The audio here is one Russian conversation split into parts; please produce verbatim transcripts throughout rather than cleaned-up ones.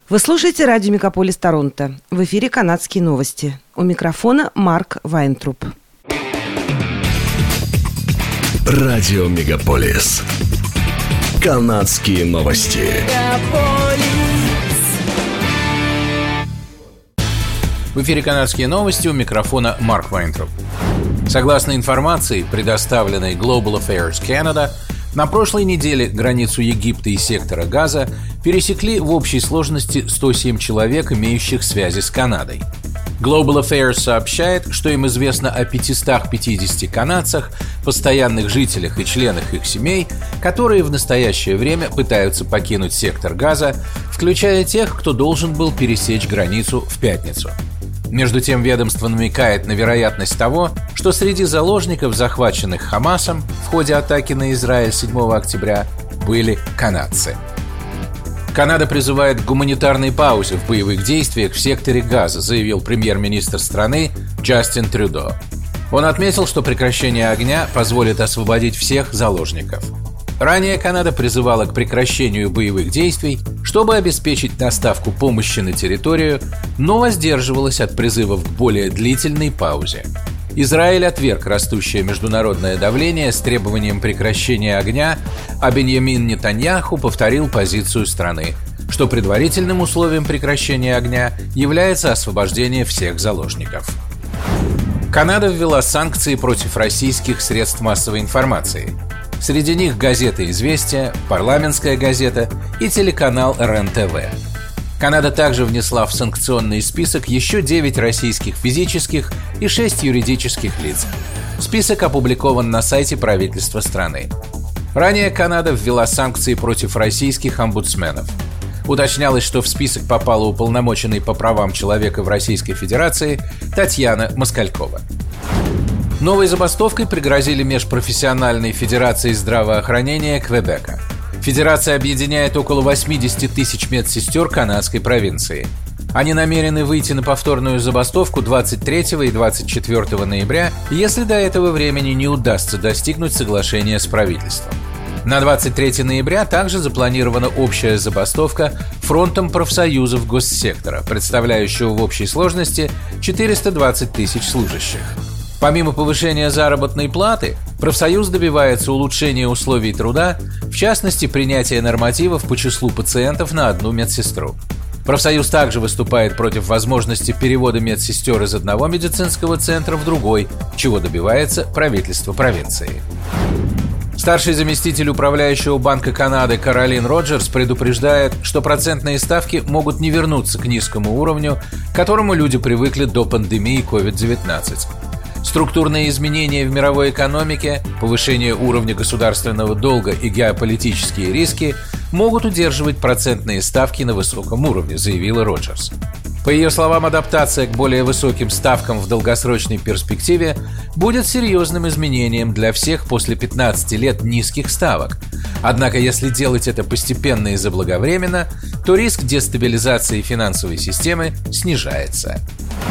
Вы слушаете радио Мегаполис Торонто. В эфире канадские новости. У микрофона Марк Вайнтруп. Радио Мегаполис. Канадские новости. В эфире канадские новости, у микрофона Марк Вайнтруп. Согласно информации, предоставленной Global Affairs Canada, на прошлой неделе границу Египта и сектора Газа пересекли в общей сложности сто семь человек, имеющих связи с Канадой. Global Affairs сообщает, что им известно о пятистах пятидесяти канадцах, постоянных жителях и членах их семей, которые в настоящее время пытаются покинуть сектор Газа, включая тех, кто должен был пересечь границу в пятницу. Между тем, ведомство намекает на вероятность того, что среди заложников, захваченных Хамасом в ходе атаки на Израиль седьмого октября, были канадцы. Канада призывает к гуманитарной паузе в боевых действиях в секторе Газа, заявил премьер-министр страны Джастин Трюдо. Он отметил, что прекращение огня позволит освободить всех заложников. Ранее Канада призывала к прекращению боевых действий, чтобы обеспечить доставку помощи на территорию, но воздерживалась от призывов к более длительной паузе. Израиль отверг растущее международное давление с требованием прекращения огня, а Беньямин Нетаньяху повторил позицию страны, что предварительным условием прекращения огня является освобождение всех заложников. Канада ввела санкции против российских средств массовой информации. Среди них газета «Известия», парламентская газета и телеканал эр эн тэ вэ. Канада также внесла в санкционный список еще девять российских физических и шесть юридических лиц. Список опубликован на сайте правительства страны. Ранее Канада ввела санкции против российских омбудсменов. Уточнялось, что в список попала уполномоченный по правам человека в Российской Федерации Татьяна Москалькова. Новой забастовкой пригрозили Межпрофессиональной Федерации здравоохранения Квебека. Федерация объединяет около восемьдесят тысяч медсестер канадской провинции. Они намерены выйти на повторную забастовку двадцать третьего и двадцать четвёртого ноября, если до этого времени не удастся достигнуть соглашения с правительством. На двадцать третьего ноября также запланирована общая забастовка фронтом профсоюзов госсектора, представляющего в общей сложности четыреста двадцать тысяч служащих. Помимо повышения заработной платы, профсоюз добивается улучшения условий труда, в частности, принятия нормативов по числу пациентов на одну медсестру. Профсоюз также выступает против возможности перевода медсестер из одного медицинского центра в другой, чего добивается правительство провинции. Старший заместитель управляющего Банка Канады Каролин Роджерс предупреждает, что процентные ставки могут не вернуться к низкому уровню, к которому люди привыкли до пандемии ковид девятнадцать. Структурные изменения в мировой экономике, повышение уровня государственного долга и геополитические риски могут удерживать процентные ставки на высоком уровне, заявила Роджерс. По ее словам, адаптация к более высоким ставкам в долгосрочной перспективе будет серьезным изменением для всех после пятнадцати лет низких ставок. Однако, если делать это постепенно и заблаговременно, то риск дестабилизации финансовой системы снижается.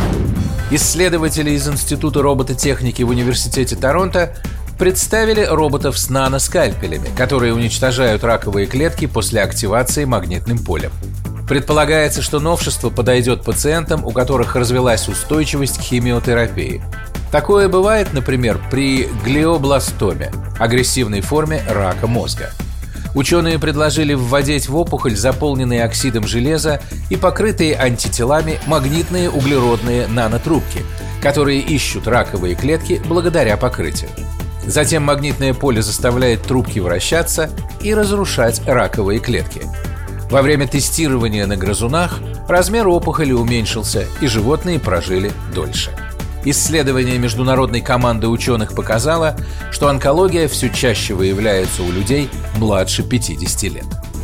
Исследователи из Института робототехники в Университете Торонто представили роботов с наноскальпелями, которые уничтожают раковые клетки после активации магнитным полем. Предполагается, что новшество подойдет пациентам, у которых развилась устойчивость к химиотерапии. Такое бывает, например, при глиобластоме, агрессивной форме рака мозга. Ученые предложили вводить в опухоль заполненные оксидом железа и покрытые антителами магнитные углеродные нанотрубки, которые ищут раковые клетки благодаря покрытию. Затем магнитное поле заставляет трубки вращаться и разрушать раковые клетки. Во время тестирования на грызунах размер опухоли уменьшился, и животные прожили дольше. Исследование международной команды ученых показало, что онкология все чаще выявляется у людей младше пятидесяти лет.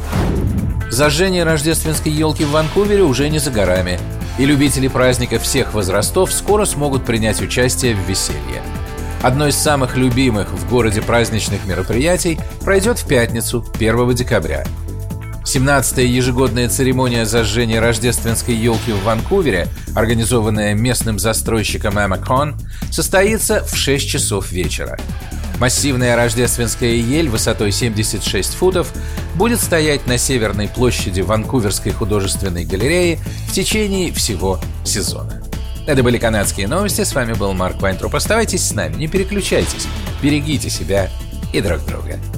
Зажжение рождественской елки в Ванкувере уже не за горами, и любители праздника всех возрастов скоро смогут принять участие в веселье. Одно из самых любимых в городе праздничных мероприятий пройдет в пятницу, первого декабря. семнадцатая ежегодная церемония зажжения рождественской елки в Ванкувере, организованная местным застройщиком Amacon, состоится в шесть часов вечера. Массивная рождественская ель высотой семьдесят шесть футов будет стоять на северной площади Ванкуверской художественной галереи в течение всего сезона. Это были канадские новости. С вами был Марк Вайнтроп. Оставайтесь с нами, не переключайтесь. Берегите себя и друг друга.